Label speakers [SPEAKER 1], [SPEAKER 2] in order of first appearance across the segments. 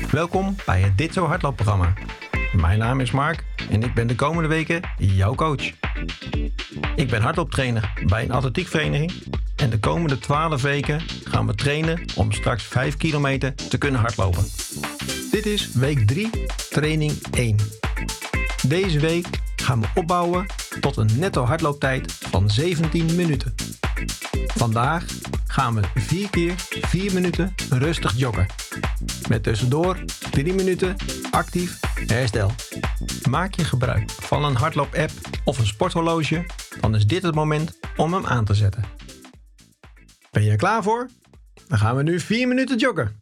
[SPEAKER 1] Welkom bij het Dit Zo Hardloopprogramma. Mijn naam is Mark en ik ben de komende weken jouw coach. Ik ben hardlooptrainer bij een atletiekvereniging en de komende 12 weken gaan we trainen om straks 5 kilometer te kunnen hardlopen. Dit is week 3, training 1. Deze week gaan we opbouwen tot een netto hardlooptijd van 17 minuten. Vandaag gaan we 4 keer 4 minuten rustig joggen. Met tussendoor 3 minuten actief herstel. Maak je gebruik van een hardloop-app of een sporthorloge, dan is dit het moment om hem aan te zetten. Ben je er klaar voor? Dan gaan we nu 4 minuten joggen.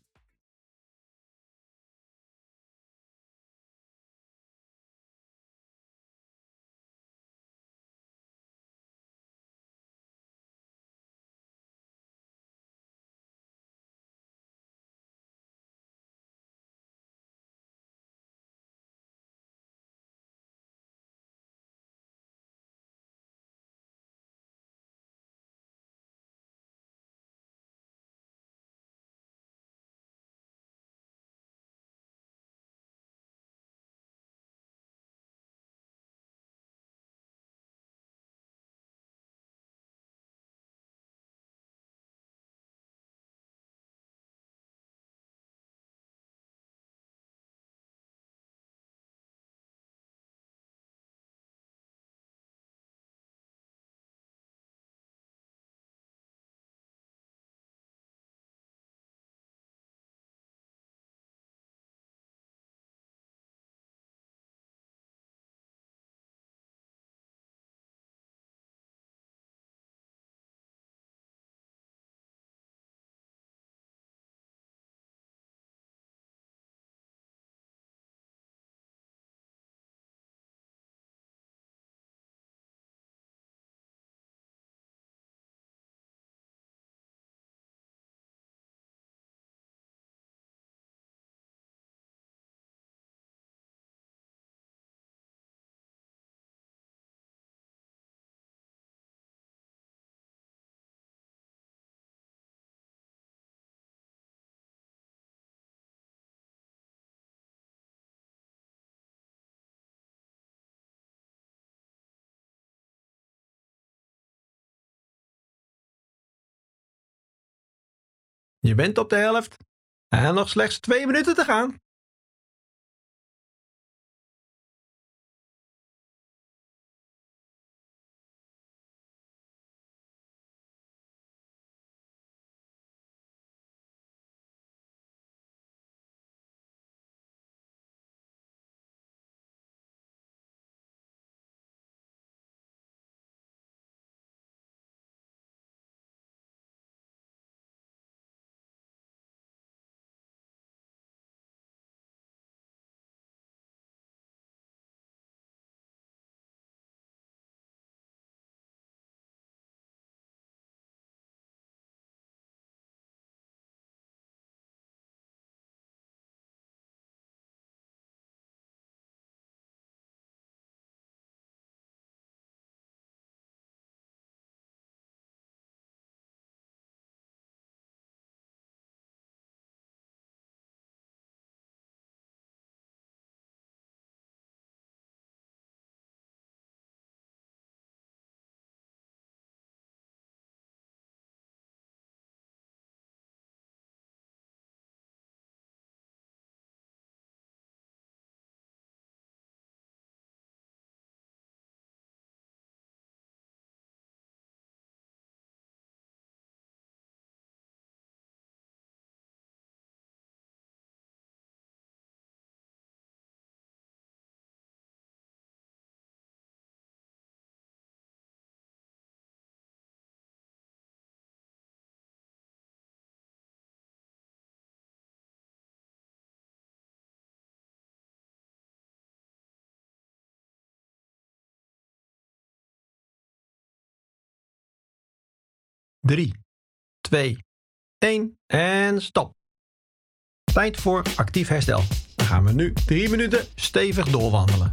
[SPEAKER 1] Je bent op de helft en nog slechts 2 minuten te gaan. Drie, 2, 1 en stop. Tijd voor actief herstel. Dan gaan we nu 3 minuten stevig doorwandelen.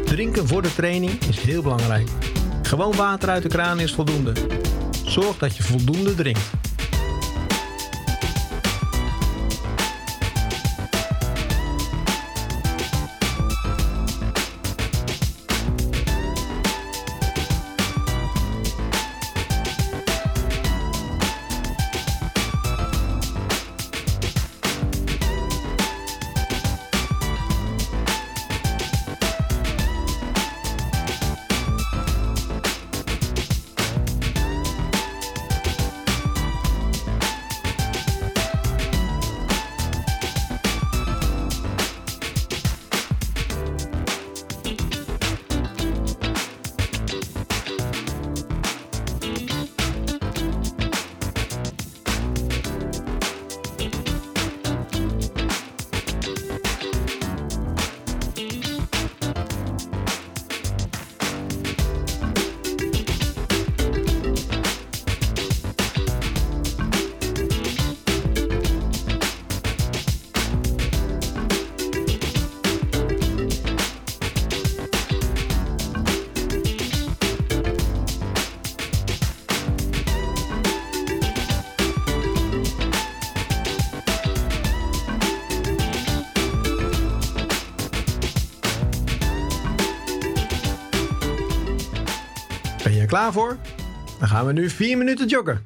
[SPEAKER 1] Drinken voor de training is heel belangrijk. Gewoon water uit de kraan is voldoende. Zorg dat je voldoende drinkt. Ben je er klaar voor? Dan gaan we nu 4 minuten joggen.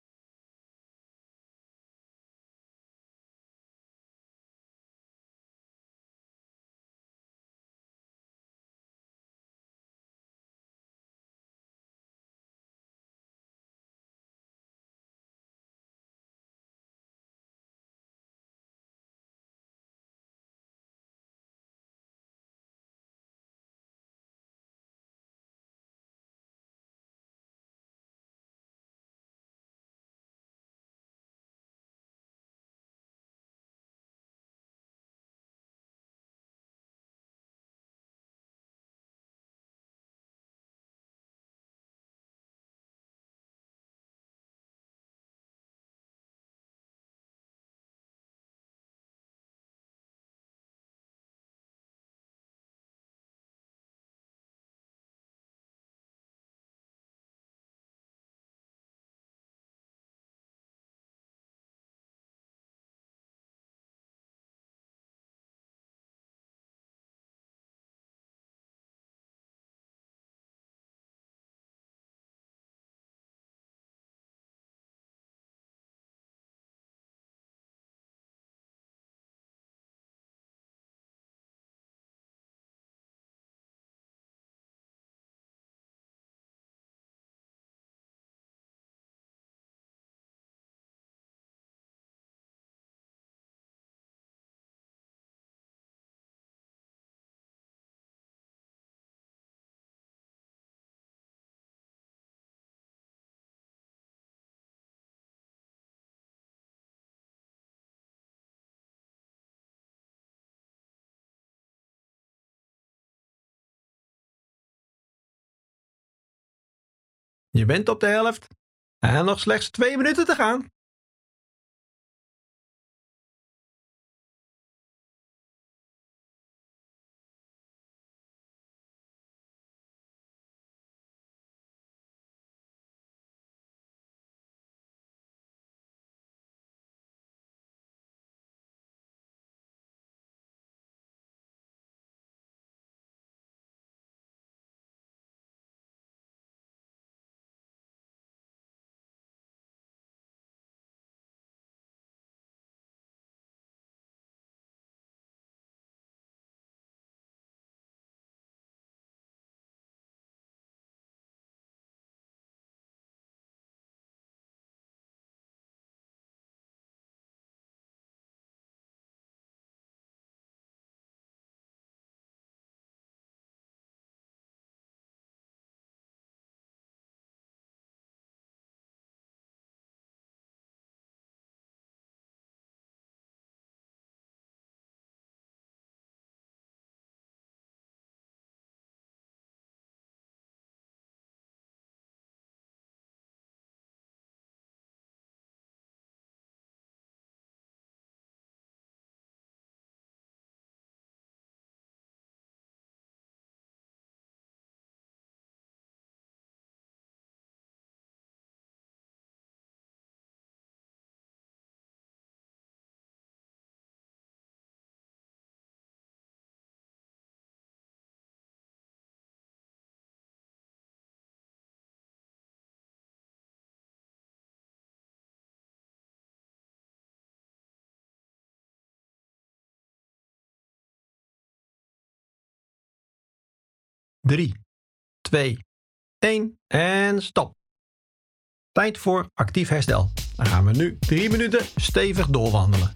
[SPEAKER 1] Je bent op de helft en nog slechts 2 minuten te gaan. 3, 2, 1 en stop. Tijd voor actief herstel. Dan gaan we nu 3 minuten stevig doorwandelen.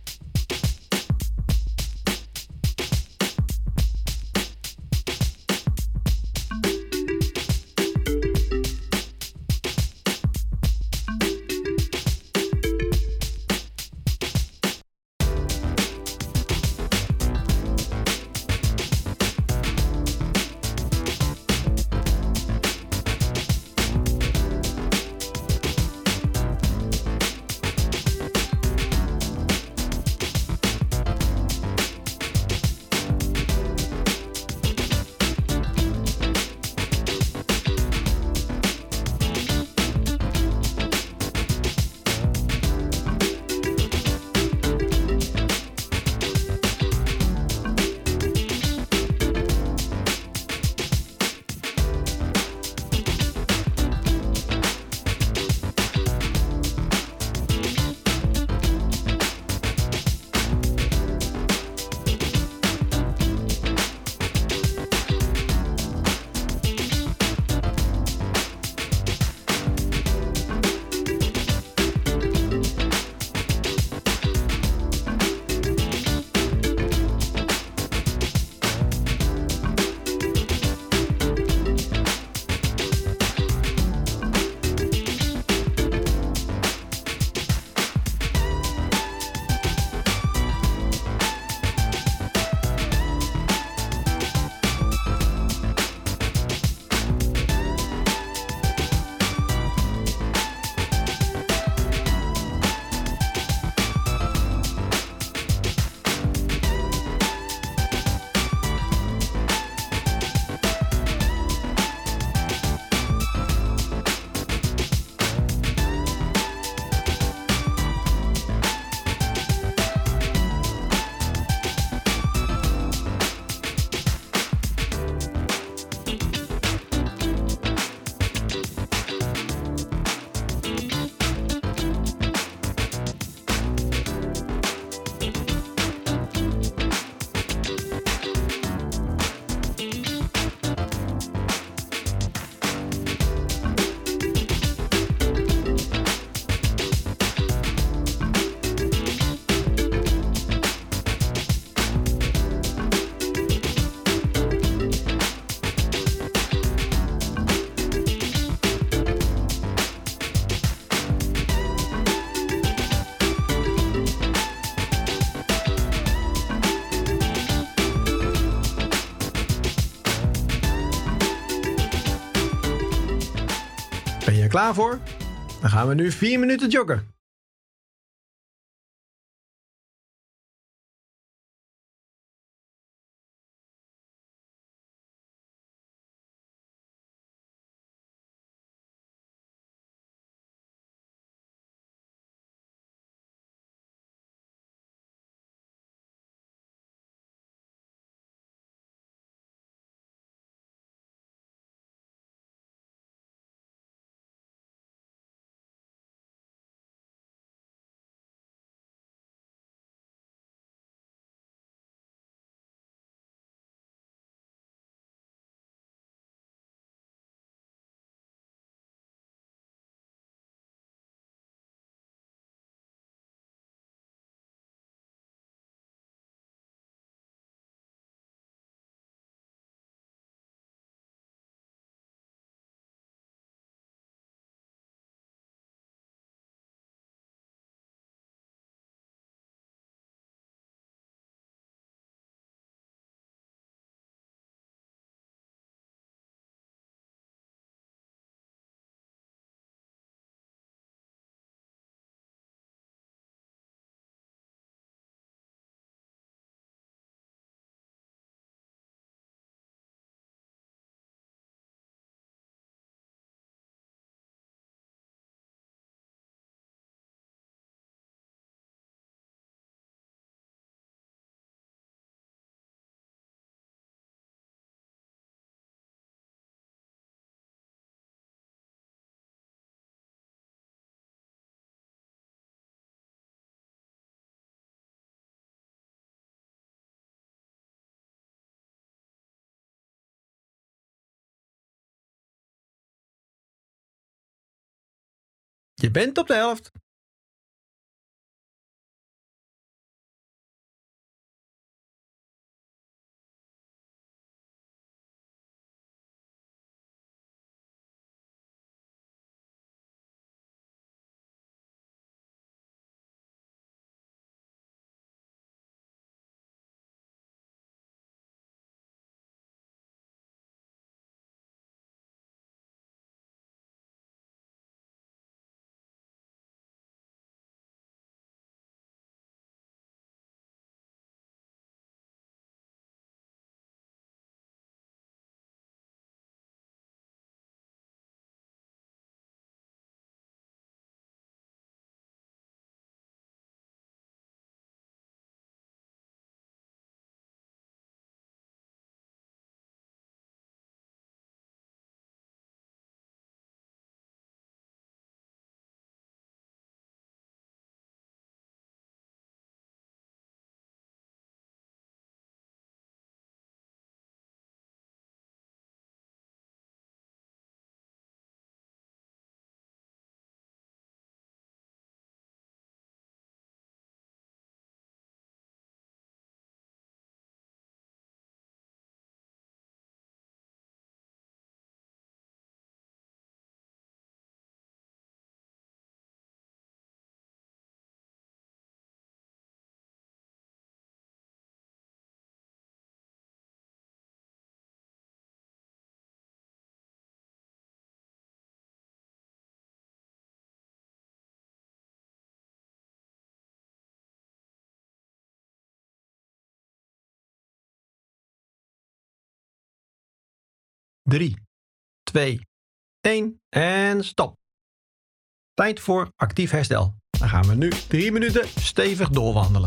[SPEAKER 1] Ben je er klaar voor? Dan gaan we nu 4 minuten joggen. Je bent op de helft. Drie, 2, 1 en stop. Tijd voor actief herstel. Dan gaan we nu 3 minuten stevig doorwandelen.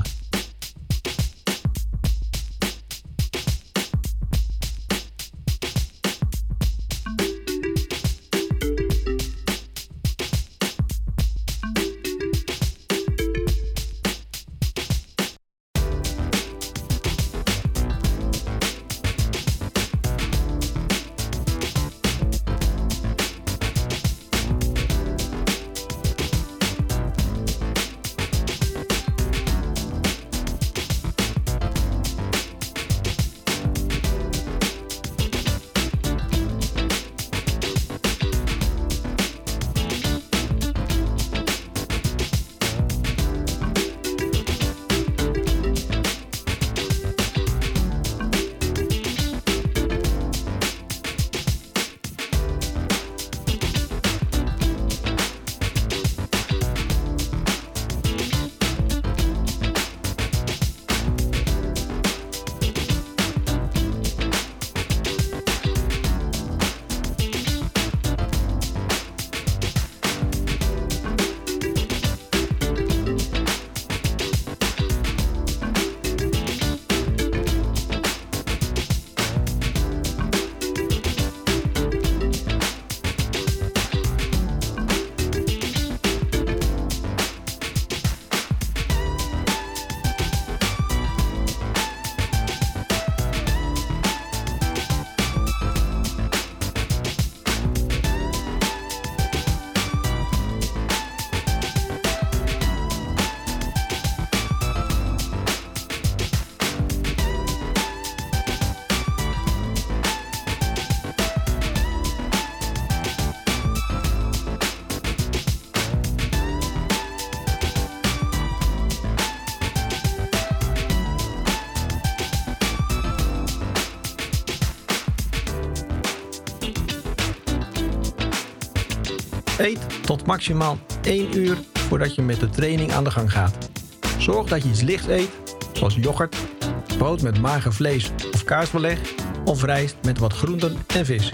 [SPEAKER 1] Eet tot maximaal 1 uur voordat je met de training aan de gang gaat. Zorg dat je iets lichts eet, zoals yoghurt, brood met mager vlees of kaasbeleg of rijst met wat groenten en vis.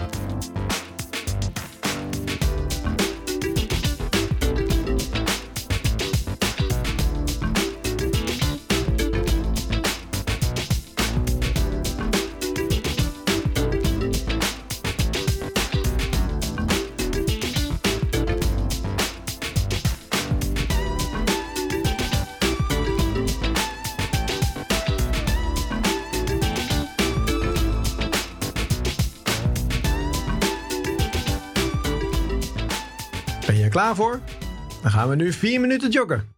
[SPEAKER 1] Ben je er klaar voor? Dan gaan we nu 4 minuten joggen.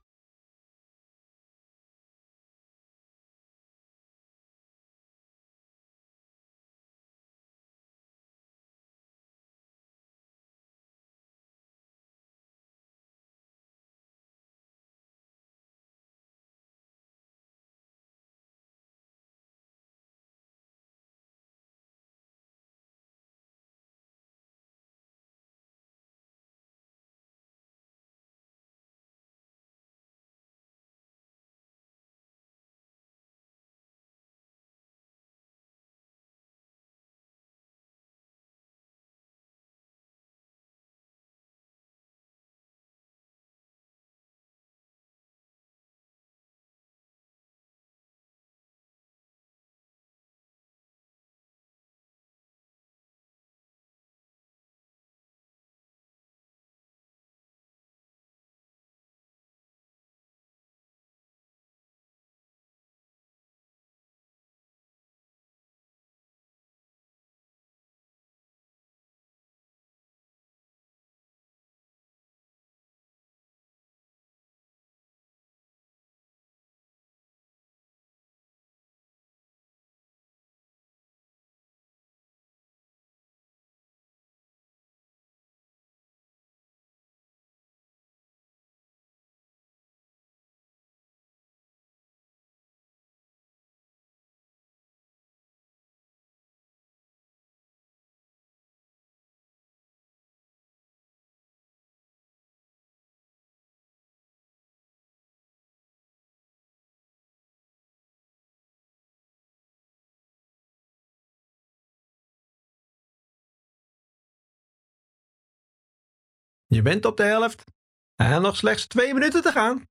[SPEAKER 1] Je bent op de helft en nog slechts 2 minuten te gaan.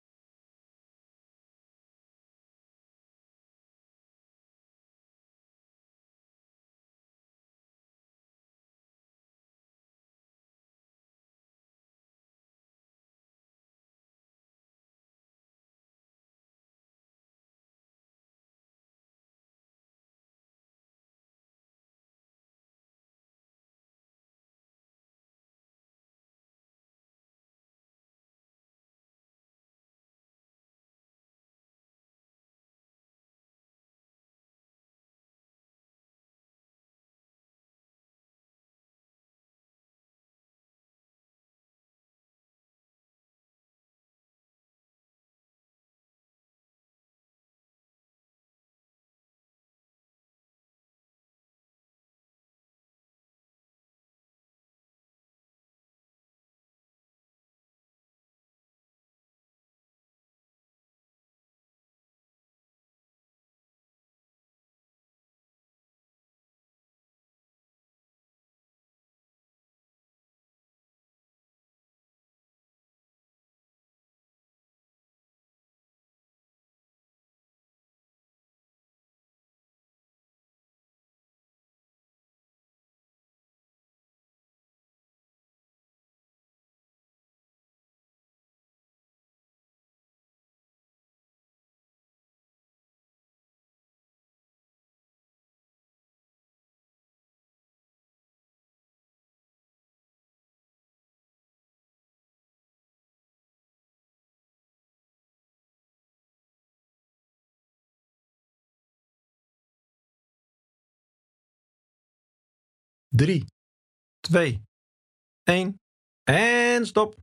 [SPEAKER 1] Drie, 2, 1 en stop.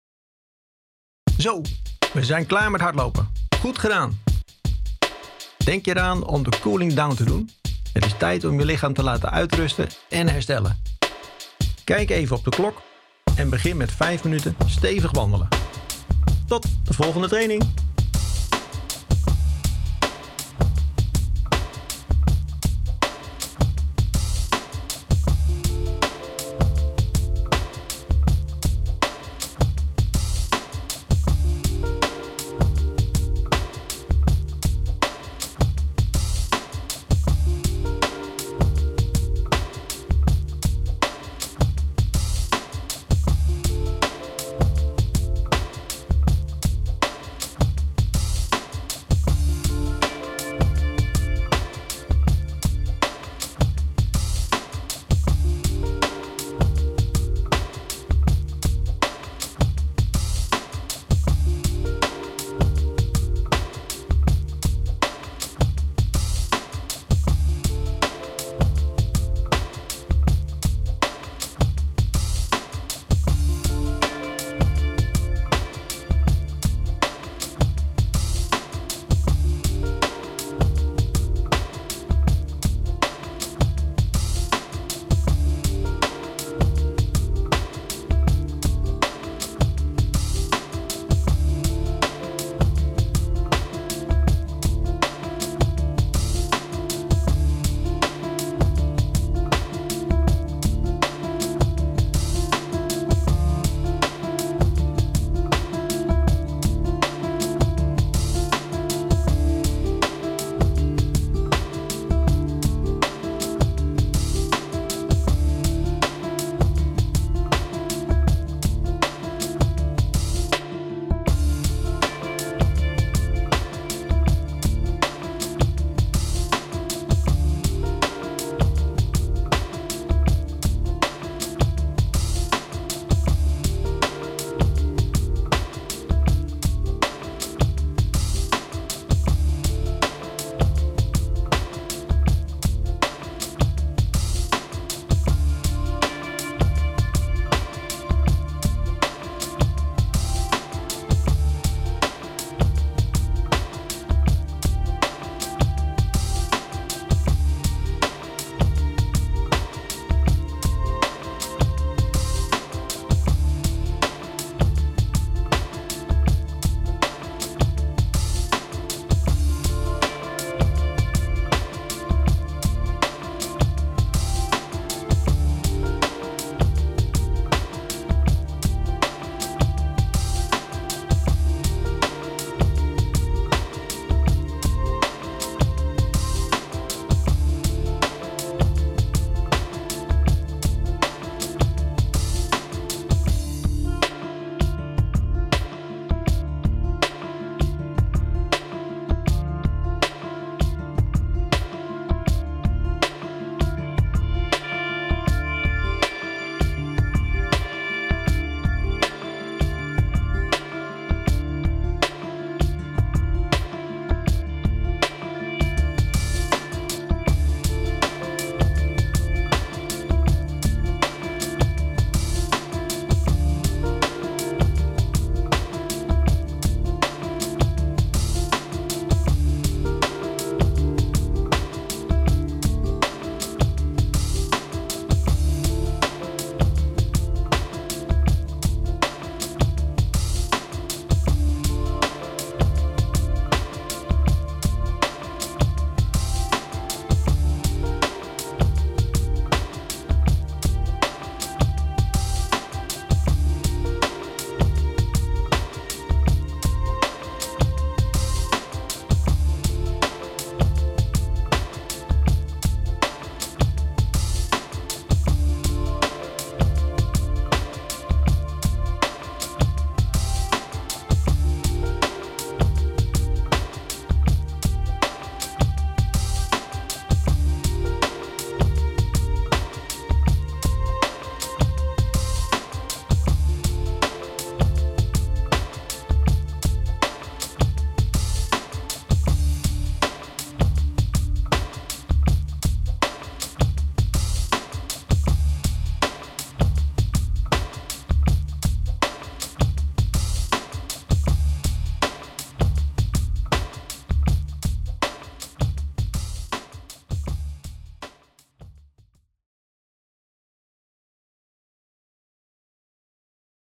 [SPEAKER 1] Zo, we zijn klaar met hardlopen. Goed gedaan. Denk je eraan om de cooling down te doen? Het is tijd om je lichaam te laten uitrusten en herstellen. Kijk even op de klok en begin met 5 minuten stevig wandelen. Tot de volgende training.